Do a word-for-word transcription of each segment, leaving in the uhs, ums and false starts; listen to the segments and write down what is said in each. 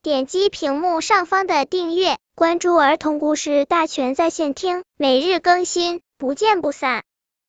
点击屏幕上方的订阅，关注儿童故事大全在线听，每日更新，不见不散。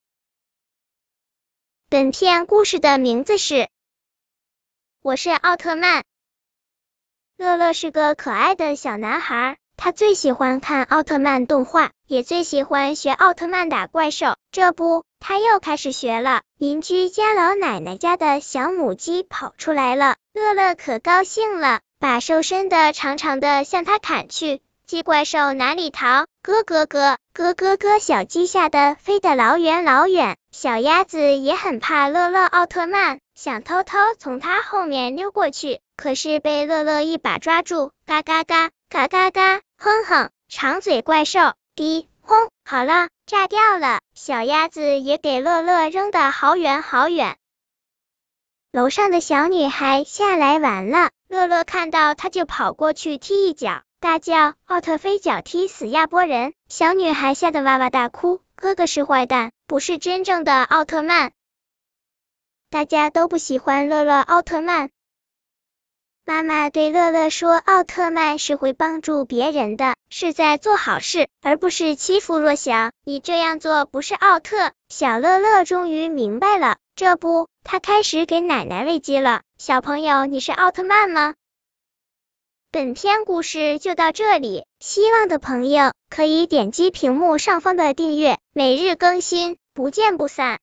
本片故事的名字是我是奥特曼。乐乐是个可爱的小男孩，他最喜欢看奥特曼动画，也最喜欢学奥特曼打怪兽。这不，他又开始学了。邻居家老奶奶家的小母鸡跑出来了，乐乐可高兴了，把瘦身的长长的向它砍去。鸡怪兽哪里逃？咯咯咯，咯咯咯，小鸡吓得飞得老远老远。小鸭子也很怕乐乐奥特曼，想偷偷从它后面溜过去，可是被乐乐一把抓住。嘎嘎嘎，嘎嘎嘎，哼哼，长嘴怪兽，滴轰，好了，炸掉了。小鸭子也给乐乐扔得好远好远。楼上的小女孩下来晚了，乐乐看到她就跑过去踢一脚，大叫奥特飞脚踢死亚波人。小女孩吓得哇哇大哭，哥哥是坏蛋，不是真正的奥特曼。大家都不喜欢乐乐奥特曼。妈妈对乐乐说，奥特曼是会帮助别人的，是在做好事，而不是欺负弱小。你这样做不是奥特。小乐乐终于明白了，这不，他开始给奶奶喂鸡了。小朋友，你是奥特曼吗？本篇故事就到这里，希望的朋友可以点击屏幕上方的订阅，每日更新，不见不散。